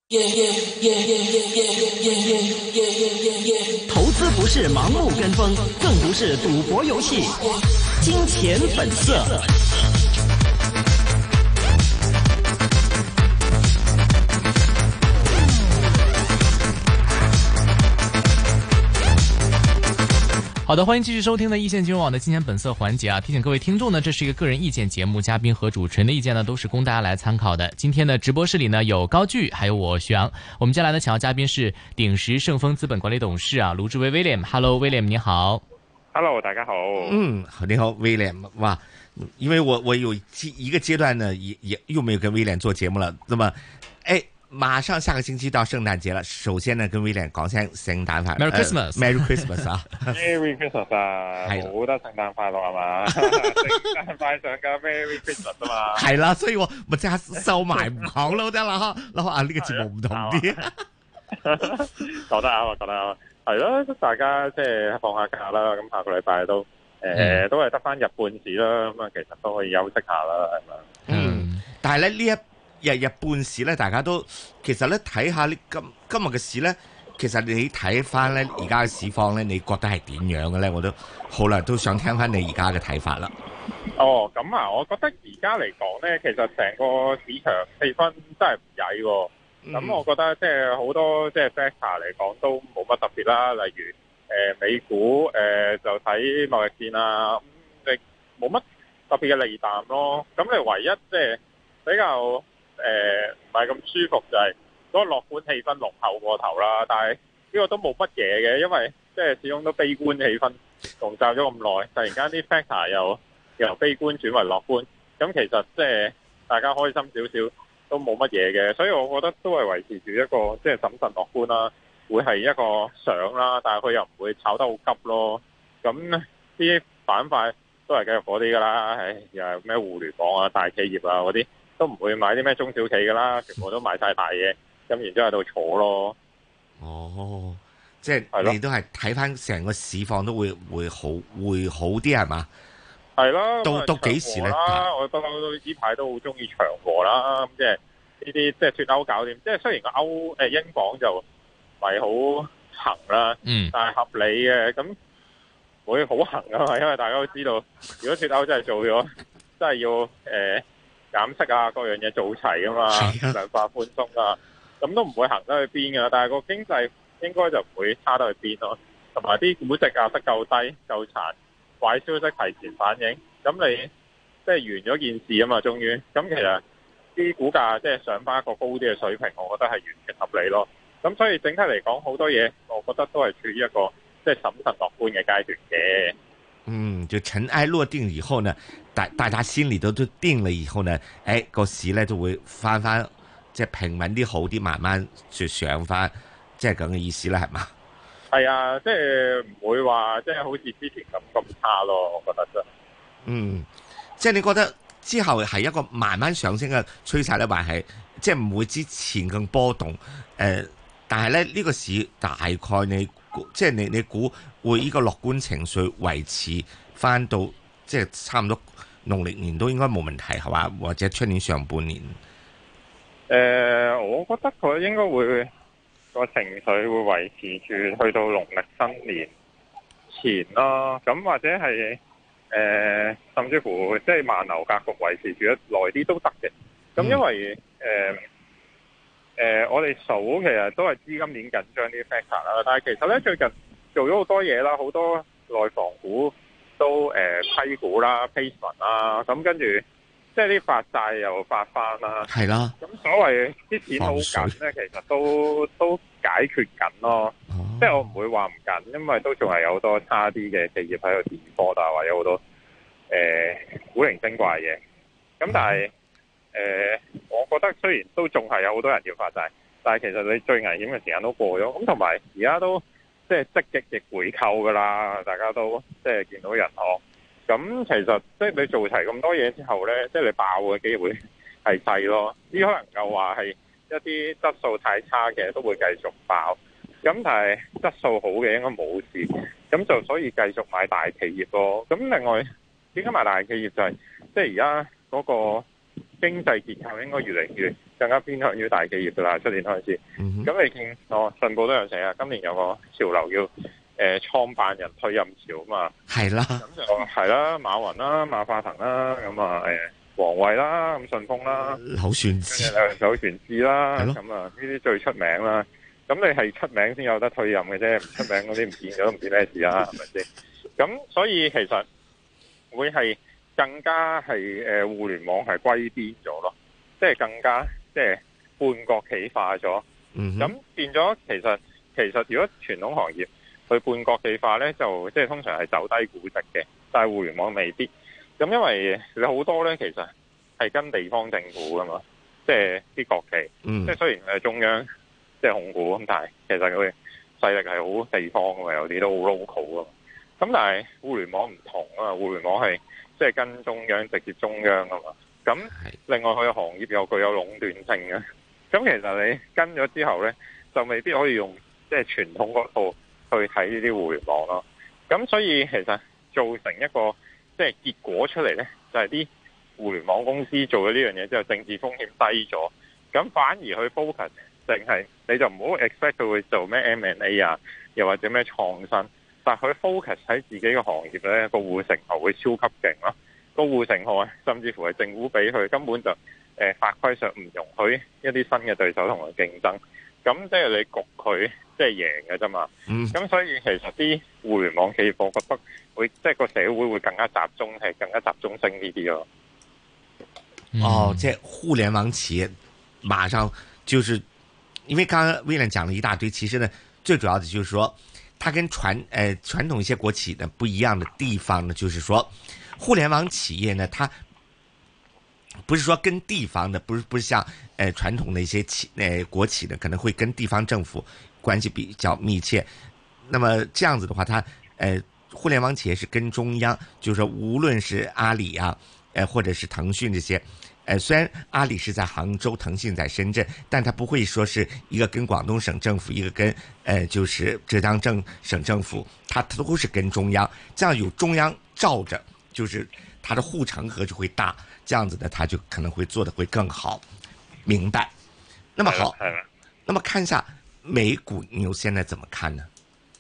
投资不是盲目跟风，更不是赌博游戏。金钱本色。好的，欢迎继续收听的一线金融网的金钱本色环节啊！提醒各位听众呢，这是一个个人意见节目，嘉宾和主持人的意见呢都是供大家来参考的。今天的直播室里呢有高巨，还有我徐阳。我们接下来的请到嘉宾是鼎石盛丰资本管理董事啊卢志威 William。Hello William， 你好。 Hello， 大家好。 你好 William。哇，因为我有一个阶段呢也又没有跟 William 做节目了，那么马上下个星期到聖誕節啦，首先呢跟 William 講聲聖誕快樂 Merry Christmas，Merry Christmas 啊 ，Merry Christmas 啊，冇得聖誕快樂係嘛？聖誕快上㗎 Merry Christmas 啊嘛， 係啦，所以我咪即刻收埋唔講咯得啦，諗下呢個節目唔同啲， 講得啱啊，講得啱，係咯，大家即係放下假啦，咁下個禮拜都都係得翻日半市啦，咁啊其實都可以休息下啦，係嘛？ 但係咧呢日半市咧，大家都其實咧睇下今日嘅市咧，其實你睇翻咧而家嘅市況咧，你覺得係點樣嘅咧？我都好啦，都想聽翻你而家嘅睇法啦。 哦，咁啊，我覺得而家嚟講咧，其實成個市場氣氛真係唔曳喎。咁我覺得即係好多即係 factor 嚟講都冇乜特別啦，例如美股就睇貿易戰啊，你冇乜特別嘅利淡咯。咁你唯一即係比較唔係咁舒服就係嗰個樂觀氣氛濃厚過頭啦，但係呢個都冇乜嘢嘅，因為即係始終都悲觀氣氛籠罩咗咁耐，突然間啲 factor 又由悲觀轉為樂觀，咁其實即係大家開心少少都冇乜嘢嘅，所以我覺得都係維持住一個即係審慎樂觀啦，會係一個上啦，但係佢又唔會炒得好急咯。咁啲板塊都係繼續嗰啲㗎啦，又係咩互聯網啊、大企業啊嗰啲。都唔會買啲咩中小企㗎啦，全部都買晒大嘢，咁然之後喺度坐咯。 哦，即係你都係睇翻成個市況都會好啲係嘛？係咯，到幾時咧？ 我不嬲都呢排都好中意長和啦，咁即係呢啲即係脫歐搞掂。即係雖然個英鎊就唔係好行啦，但係合理嘅，咁會好行㗎嘛，因為大家都知道，如果脫歐真係做咗，真係要減息啊，各樣嘢做齊噶嘛，量化寬鬆啊，咁都唔會行得去邊噶，但係個經濟應該就唔會差得去邊咯，同埋啲估值啊得夠低夠殘，壞消息提前反映，咁你即係完咗件事啊嘛，終於，咁其實啲股價即係上翻一個高啲嘅水平，我覺得係完全合理咯。咁所以整體嚟講，好多嘢我覺得都係處於一個即係審慎樂觀嘅階段嘅。 就塵埃落定以後呢，大家心裏都定了以後呢，個市咧就會翻即係平穩啲好啲，慢慢就上翻，即係咁嘅意思啦，係嘛？ 係啊，即係唔會話即係好似之前咁差咯，我覺得真。 即係你覺得之後係一個慢慢上升嘅趨勢咧，還係即係唔會之前咁波動？但係咧呢個市大概即係你估會呢個樂觀情緒維持翻到即係差唔多農曆年都應該冇問題係嘛？或者出年上半年？ 我覺得佢應該會個情緒會維持住去到農曆新年前咯。咁或者係甚至乎即係慢牛格局維持住耐啲都得嘅。咁因為我哋數其實都係資金鏈緊張啲 factor 啦，但係其實咧最近做咗好多嘢啦，好多內房股都批股啦、placement 啦，咁跟住即係啲發債又發翻啦， 係啦。 咁所謂啲錢好緊咧，其實都解決緊咯。即係我唔會話唔緊，因為都仲係有好多差啲嘅企業喺度跌波啊，或者好多古靈精怪嘅。咁但係我覺得雖然都仲係有好多人要發債，但係其實你最危險嘅時間都過咗，咁同埋而家都即係積極逆回購噶啦，大家都即係見到人行。咁其實即係你做齊咁多嘢之後呢，即係你爆嘅機會係細咯，只可能夠話係一啲質素太差嘅都會繼續爆，咁但係質素好嘅應該冇事，咁就所以繼續買大企業咯。咁另外點解買大企業就係即係而家嗰個經濟結構應該越嚟越更加偏向於大企業噶啦，出年開始。咁你見信報都有寫啊，今年有個潮流叫創辦人退任潮啊嘛。 係啦， 咁就係啦，馬雲啦、馬化騰啦，咁啊王衛啦，咁順豐啦， 柳傳志， 柳傳志啦， 係咯， 咁啊呢啲最出名啦。咁你係出名先有得退任嘅啫，唔出名嗰啲唔見咗都唔知咩事啦，係咪先？咁所以其實會係更加係互聯網係歸邊咗咯，即係更加即係半國企化咗。咁變咗其實如果傳統行業去半國企化咧，就即係通常係走低估值嘅，但係互聯網未必。咁因為有好多咧，其實係跟地方政府噶嘛，即係啲國企，即係雖然係中央即係控股咁，但係其實佢勢力係好地方噶嘛，有啲都好 local 噶嘛。咁但係互聯網唔同啊，互聯網係即係跟中央直接中央啊嘛。咁另外佢嘅行業又具有壟斷性嘅。咁其實你跟咗之後咧，就未必可以用即係傳統嗰套去睇呢啲互聯網咯。咁所以其實造成一個即係結果出嚟咧，就係啲互聯網公司做咗呢樣嘢之後，政治風險低咗，咁反而去 focus 淨係你就唔好 expect 佢會做咩 M&A 啊，又或者咩創新，但係佢 focus 喺自己嘅行業咧，個護城河會超級勁咯。個護城河甚至乎係政府俾佢，根本就法規上唔容許一啲新嘅對手同佢競爭，咁即係你焗佢即係贏嘅啫嘛。咁所以其實啲互聯網企業我覺得會即係個社會會更加集中，係更加集中升呢啲咯。 哦，即係互聯網企業馬上就是因為剛剛William講了一大堆，其實呢最主要的就是說它跟傳統一些國企呢不一樣的地方呢，就是說互聯網企業呢，它不是說跟地方的，不是像傳統的一些國企呢，可能會跟地方政府關係比較密切。那麼這樣子的話，它互聯網企業是跟中央，就是說無論是阿里啊，或者是騰訊這些，雖然阿里是在杭州，騰訊在深圳，但它不會說是一個跟廣東省政府，一個跟就是浙江省政府，它都是跟中央，這樣有中央罩着，就是它的護城河就會大，這樣子呢，它就可能會做得會更好。明白。那麼好，那麼看一下美股，你又現在怎麼看呢？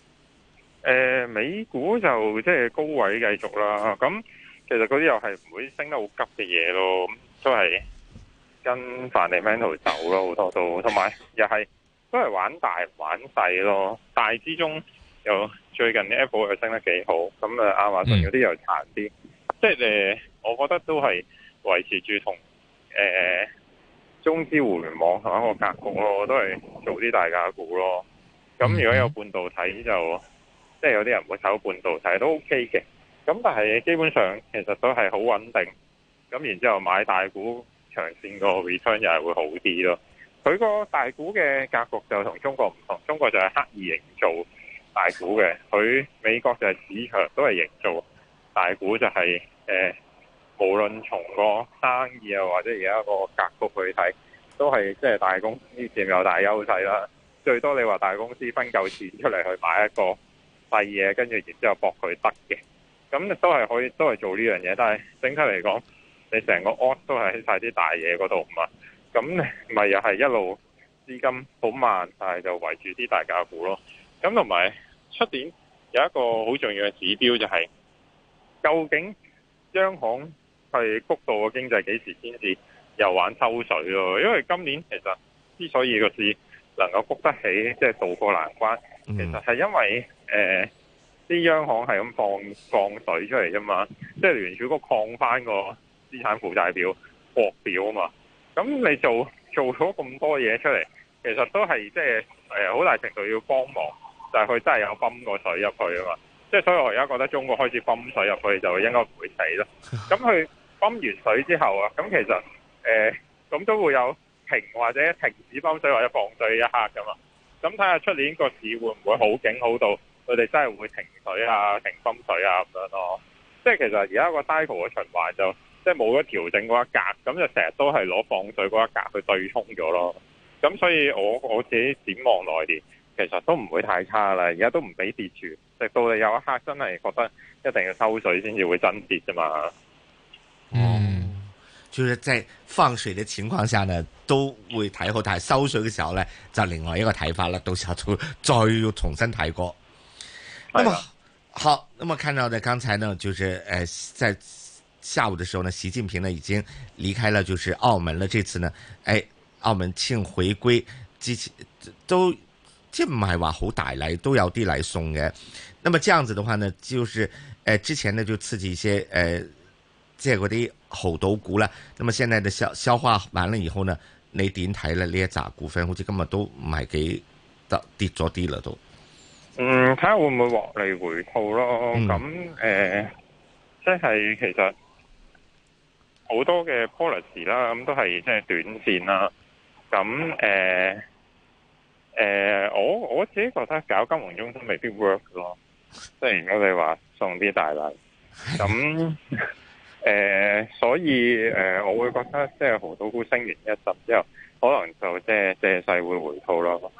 美股就即係高位繼續啦，咁其實嗰啲又係唔會升得好急嘅嘢咯，咁都係跟 fundamental 走咯，好多都，同埋又係都係玩大玩細咯，大之中又最近啲 Apple 又升得幾好，咁亞馬遜嗰啲又殘啲，即係我覺得都係維持住同中資互聯網同一個格局咯，都係做啲大價股咯。咁如果有半導體就即係有啲人會炒半導體都 OK 嘅，咁但係基本上其實都係好穩定。咁然之後買大股長線個 return 又係會好啲咯。佢個大股嘅格局就同中國唔同，中國就係刻意營造大股嘅，佢美國就係市場都係營造大股，就係無論從個生意啊或者而家個格局去睇，都係即係大公司佔有大優勢啦。最多你話大公司分夠錢出嚟去買一個細嘢，跟住然之後搏佢得嘅，咁都係可以，都係做呢樣嘢。但係整體嚟講，你成個 OT 都係喺晒啲大嘢嗰度嘛，咁咪又係一路資金好慢，但係就圍住啲大價股咯。咁同埋出年有一個好重要嘅指標就係，究竟央行係谷到個經濟幾時先至又玩抽水咯？因為今年其實之所以個市能夠谷得起，即係渡過難關，其實係因為啲央行係咁放水出嚟啫嘛，即係聯儲局擴翻個資產負債表國表啊嘛。咁你做咗咁多嘢出嚟，其實都係即係好大程度要幫忙，就係佢真係有泵個水入去啊嘛。即係所以我而家覺得中國開始泵水入去就應該唔會死咯。咁佢泵完水之後啊，咁其實咁都會有停或者停止泵水或者放水一刻噶嘛。咁睇下出年個市會唔會好勁好到佢哋真係會停水啊、停泵水啊咁樣咯。即係其實而家個 cycle 嘅循環就即係冇咗調整嗰一格，咁就成日都係攞放水嗰一格去對沖咗咯。咁所以我自己展望內地，其實都唔會太差啦。而家都唔俾跌住，直到你有一刻真係覺得一定要收水先至會真跌啫嘛。 就是在放水嘅情況下呢，都會睇好，但係收水嘅時候呢，就另外一個睇法啦，到時候就再要重新睇過。那麼好，那麼看到的剛才呢，就是在下午的時候呢，習近平呢已經離開了，就是澳門了。這次呢，澳門慶回歸之前都即唔係話好大禮，都有啲禮送嘅。那麼這樣子的話呢，就是之前呢就刺激一些即係嗰啲濠賭股啦。那麼現在的消化完了以後呢，你點睇咧？呢一紮股份好似今日都唔係幾得跌咗啲啦都。 睇下會唔會獲利回吐咯。咁即係其實好多嘅 policy 啦，咁都係即係短線啦。咁我自己覺得搞金融中心未必 work 咯。即係如果你話送啲大禮，咁所以我會覺得即係濠賭股升完一陣之後，可能就即係借勢會回吐咯。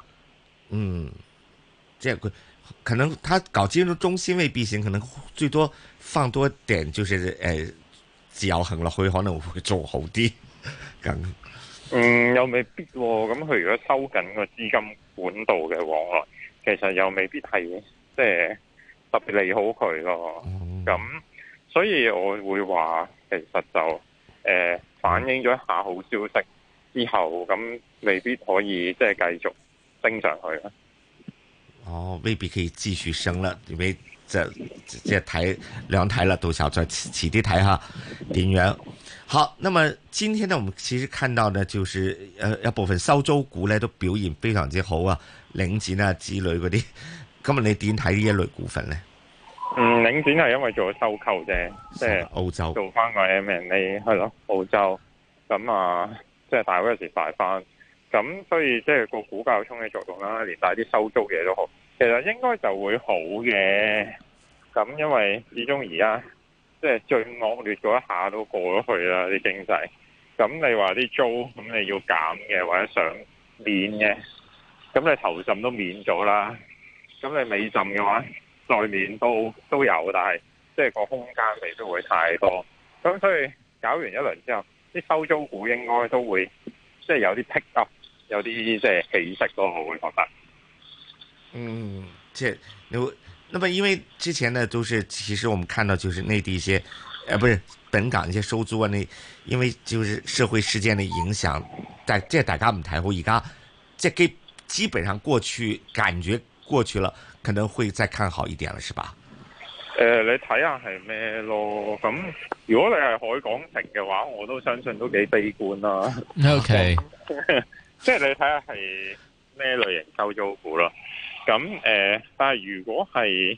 即係佢可能他搞金融中心未必行，可能最多放多點，就是自由行落去可能會做好啲咁。 又未必喎。咁佢如果收緊個資金管道嘅往來，其實又未必係即係特別利好佢咯。咁所以我會話其實就反映咗一下好消息之後，咁未必可以即係繼續升上去啦。 未必可以繼續升了，因為即係睇兩睇啦，到時候再遲啲睇下點樣。好，那麼今天呢，我們其實看到呢，就是一部分收租股呢都表現非常之好啊，領展啊之類嗰啲。咁你點睇呢一類股份呢？ 領展係因為做咗收購啫，即係澳洲做翻個 M&A 係咯，澳洲咁啊，即係大嗰時大翻。咁所以即係個股價有衝擊作用啦，連帶啲收租嘢都好，其實應該就會好嘅。咁因為始終而家即係最惡劣嗰一下都過咗去啦，啲經濟。咁你話啲租咁你要減嘅或者想免嘅，咁你頭浸都免咗啦。咁你尾浸嘅話再免都有，但係即係個空間未必會太多。咁所以搞完一輪之後，啲收租股應該都會即係有啲 pick up。有啲即係起色咯，我會覺得。 那麼因為之前呢，都是其實我們看到就是內地一些，不是本港一些收租啊，因為就是社會事件的影響，即係大家唔睇好，而家即係基本上過去，感覺過去了，可能會再看好一點了，是吧？ 你睇下係咩咯？咁如果你係海港城嘅話，我都相信都幾悲觀啦。 OK。 即係你睇下係咩類型收租股咯，咁但係如果係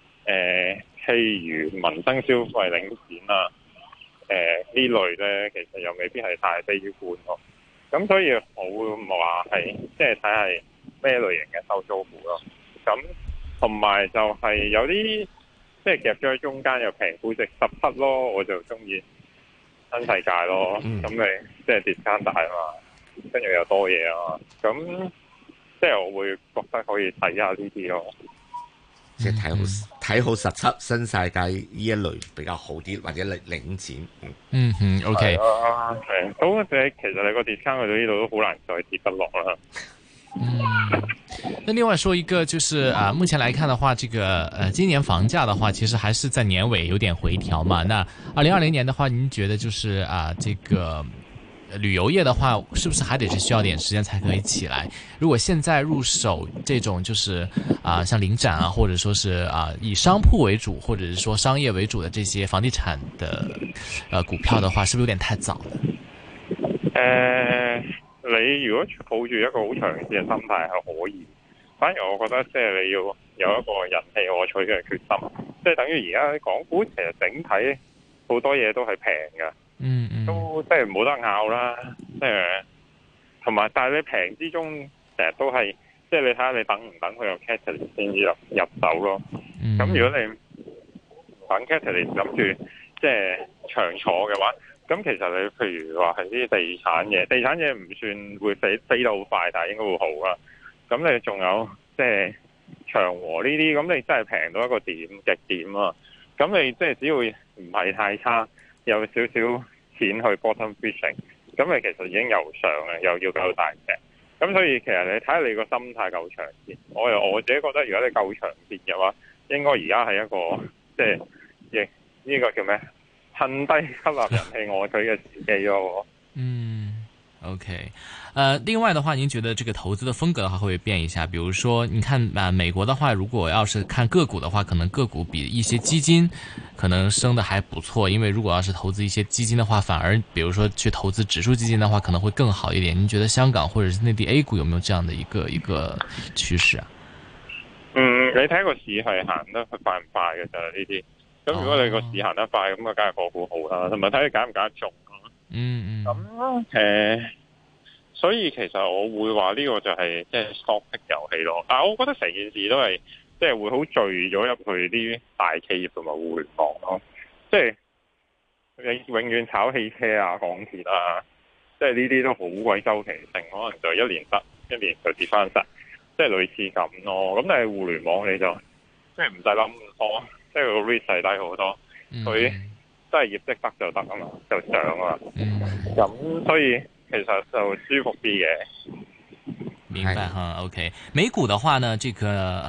譬如民生消費領展啊，呢類咧，其實又未必係太悲觀咯。咁所以我會話係即係睇係咩類型嘅收租股咯。咁同埋就係有啲即係夾咗喺中間又平估值17咯，我就中意新世界咯。咁你即係跌間大啊嘛。跟住又多嘢啊，咁即係我會覺得可以睇下呢啲咯。 即係睇好17新世界呢一類比較好啲，或者領展。 OK。 咁其實你個跌翻去到呢度都好難再跌得落啦。 那另外說一個，就是目前來看的話，這個今年房價的話，其實還是在年尾有點回調嘛。那2020年的話，您覺得就是這個旅遊業的話，是不是還得是需要點時間才可以起來？如果現在入手這種就是像領展啊，或者說是以商鋪為主，或者是說商業為主的這些房地產的股票的話，是不是有點太早呢？ 你如果抱住一個好長線嘅心態係可以，反而我覺得即係你要有一個人氣我取嘅決心，即係等於而家港股其實整體好多嘢都係平㗎。都即係冇得拗啦，即係同埋，但係你平之中成日都係，即係你睇下你等唔等佢有 catalyst 先至入手咯。咁如果你等 catalyst 諗住即係長坐嘅話，咁其實你譬如話係啲地產嘢唔算會飛得好快，但係應該會好啦。咁你仲有即係長和呢啲，咁你真係平到一個點極點啊！咁你即係只要唔係太差，有少少錢去 bottom fishing， 咁你其實已經由上嘅，又要夠大隻。咁所以其實你睇下你個心態夠長線。我自己覺得，如果你夠長線嘅話，應該而家係一個即係呢個叫咩？趁低吸納人氣我取嘅時機咯。 OK， 另外的話，您覺得這個投資的風格的話會變一下？比如說，你看美國的話，如果要是看個股的話，可能個股比一些基金可能升得還不錯，因為如果要是投資一些基金的話，反而比如說去投資指數基金的話，可能會更好一點。您覺得香港或者是內地 A 股有沒有這樣的一個趨勢啊？ 你睇個市係行得快唔快嘅就係呢啲。咁如果你個市行得快，咁啊梗係個股好啦，同埋睇你揀唔揀得中。咁所以其實我會話呢個就係即係 stock pick 遊戲咯。但係我覺得成件事都係即係會好聚咗入去啲大企業同埋互聯網咯。即係你永遠炒汽車啊、港鐵啊，即係呢啲都好鬼周期性，可能就一年得，一年就跌翻晒，即係類似咁咯。咁但係互聯網你就即係唔使諗咁多，即係個 risk 係低好多，佢即係業績得就得啊嘛，就上啊嘛。咁所以其實就舒服啲嘅。 明白哈 ，OK。美股的話呢，這個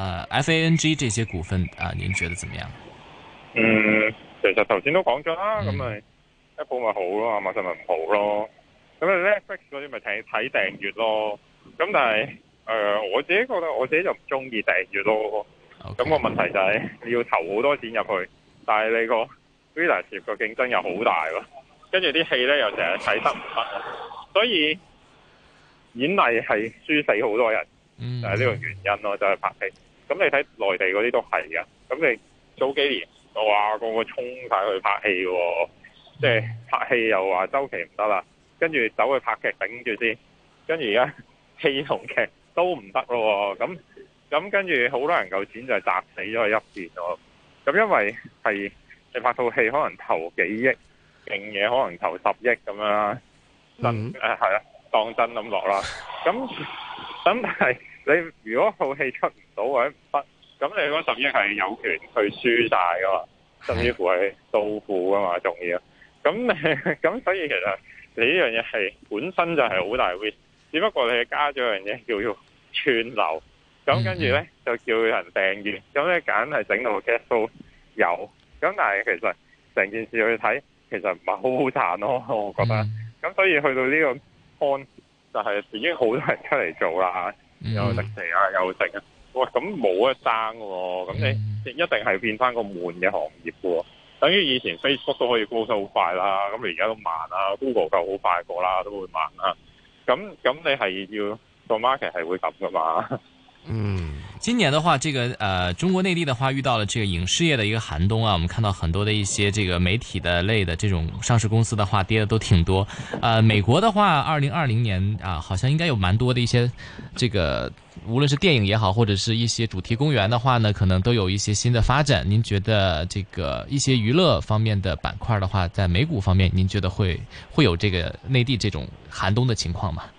FANG 這些股份啊，您覺得怎麼樣？ 其實頭先都講咗啦，咁咪Apple咪好咯，亞馬遜咪唔好咯。咁你 Netflix 嗰啲咪睇訂閱咯。咁但係我自己覺得我自己就唔中意訂閱咯。咁個問題就係你要投好多錢入去，但係你個 readership 個競爭又好大咯。跟住啲戲咧又成日睇得唔得，所以演藝係輸死好多人，就係呢個原因咯，就係拍戲。咁你睇內地嗰啲都係㗎。咁你早幾年哇個個衝晒去拍戲喎，即係拍戲又話周期唔得啦，跟住走去拍劇頂住先，跟住而家戲同劇都唔得咯。咁跟住好多人夠錢就係砸死咗去一邊咯。咁因為係你拍套戲可能投幾億。勁嘢可能投10億咁樣啦，係啦，當真咁落啦。咁但係你如果套戲出唔到或者唔得，咁你嗰10億係有權去輸晒噶嘛，甚至乎係到付噶嘛，仲要。咁所以其實你呢樣嘢係本身就係好大 risk， 只不過你加咗樣嘢叫做串流，咁跟住咧就叫人訂閱，咁你揀係整到 cash flow 有，咁但係其實成件事去睇。其實唔係好好賺咯，我覺得。咁所以去到呢個 point 就係已經好多人出嚟做啦，又食蛇啊，又食啊。哇，咁冇得爭喎。咁你一定係變翻個悶嘅行業喎。等於以前 Facebook 都可以高收好快啦，咁你而家都慢啦。Google 就好快過啦，都會慢啦。咁你係要做 market 係會咁噶嘛？ 今年的話，這個中國內地的話遇到了這個影視業的一個寒冬啊，我們看到很多的一些這個媒體的類的這種上市公司的話跌的都挺多。美國的話，2020年啊，好像應該有蠻多的一些這個，無論是電影也好，或者是一些主題公園的話呢，可能都有一些新的發展。您覺得這個一些娛樂方面的板塊的話，在美股方面，您覺得會有這個內地這種寒冬的情況嗎？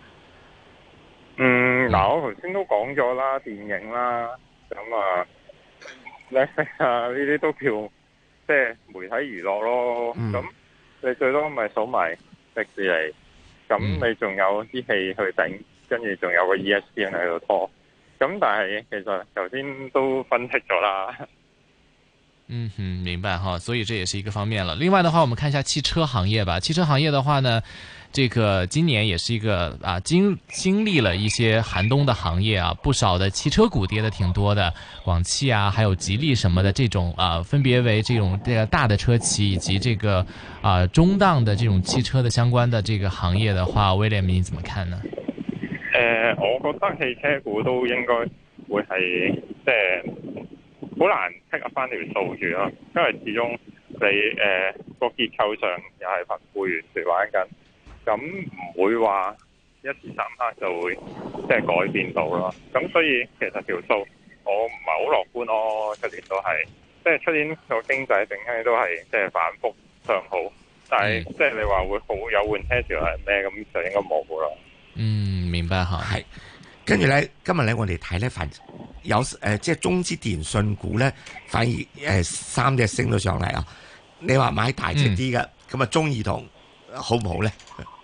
嗱，我頭先都講咗啦，電影啦，咁Netflix啊呢啲都叫即係媒體娛樂咯。咁你最多咪數埋迪士尼，咁你仲有啲戲去頂，跟住仲有個 ESPN 喺度拖。咁但係其實頭先都分析咗啦。 明白哈，所以這也是一個方面了。另外的話，我們看一下汽車行業吧。汽車行業的話呢，這個今年也是一個經歷了一些寒冬的行業啊，不少的汽車股跌得挺多的，廣汽啊，還有吉利什麼的這種分別為這種這個大的車企以及這個中檔的這種汽車的相關的這個行業的話，William 你怎麼看呢？ 我覺得汽車股都應該會係即係好難 pick up 翻條數住咯，因為始終你個結構上又係貧富懸殊玩緊。咁唔會話一時三刻就會即係改變到咯。咁所以其實條數我唔係好樂觀咯。出年都係即係出年個經濟整體都係即係反覆向好，但係即係你話會好有換車潮係咩？咁就應該冇咯。 明白吓。 係跟住咧，今日咧我哋睇咧，反有即係中資電訊股咧，反而3隻升到上嚟啊！你話買大隻啲嘅，咁中移動。 好唔好咧？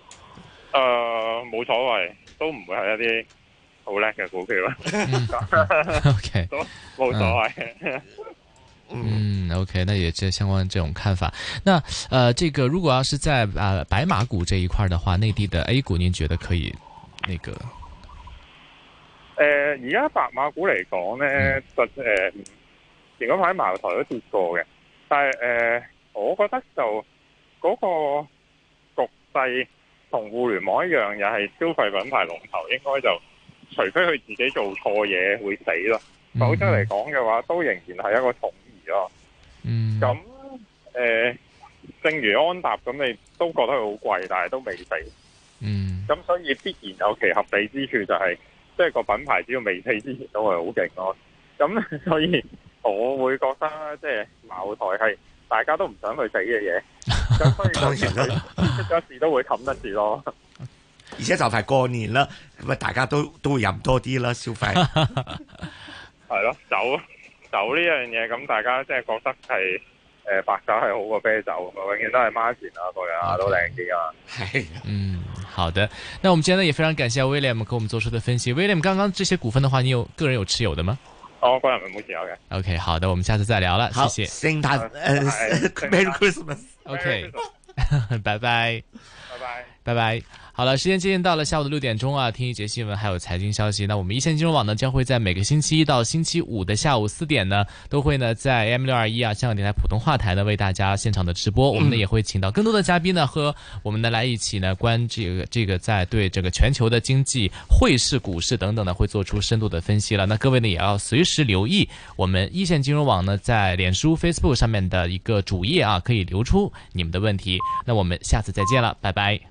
冇所謂，都唔會係一啲好叻嘅股票啦。 OK， 都冇所謂。 OK， 那也是相關這種看法。那這個如果要是在白馬股這一塊的話，內地的 A 股，您覺得可以那個？ 而家白馬股嚟講咧，前嗰排茅台都跌過嘅，但係我覺得就嗰個局勢同互聯網一樣，又係消費品牌龍頭，應該就除非佢自己做錯嘢會死咯，否則嚟講嘅話，都仍然係一個統兒咯。咁正如安踏咁，你都覺得佢好貴，但係都未死。咁所以必然有其合理之處，就係即係個品牌只要未死之前都係好勁咯。咁所以我會覺得即係茅台係大家都唔想去死嘅嘢，咁所以出咗事都會冚得住咯。 而且就快過年啦，咁啊大家都會飲多啲啦，消費係咯，酒呢樣嘢，咁大家即係覺得係白酒係好過啤酒，永遠都係 margin 啊，個樣都靚啲啊。 係好的。那我們今天呢也非常感謝 William 給我們做出的分析。William， 剛剛這些股份的話，你個人有持有的嗎？ 我個人冇持有嘅。 OK， 好的，我們下次再聊了，謝謝。 聖誕Merry Christmas。OK， 拜拜。拜拜。好了，時間接近到了下午的6點鐘啊，聽一節新聞還有財經消息。那我們一線金融網呢，將會在每個星期一到星期五的下午4點呢，都會呢在 AM621香港電台普通話台呢為大家現場的直播。我們呢也會請到更多的嘉賓呢和我們呢來一起呢關這個在對這個全球的經濟、匯市、股市等等呢會做出深度的分析了。那各位呢也要隨時留意我們一線金融網呢在臉書 Facebook 上面的一個主頁啊，可以留出你們的問題。那我們下次再見了，拜拜。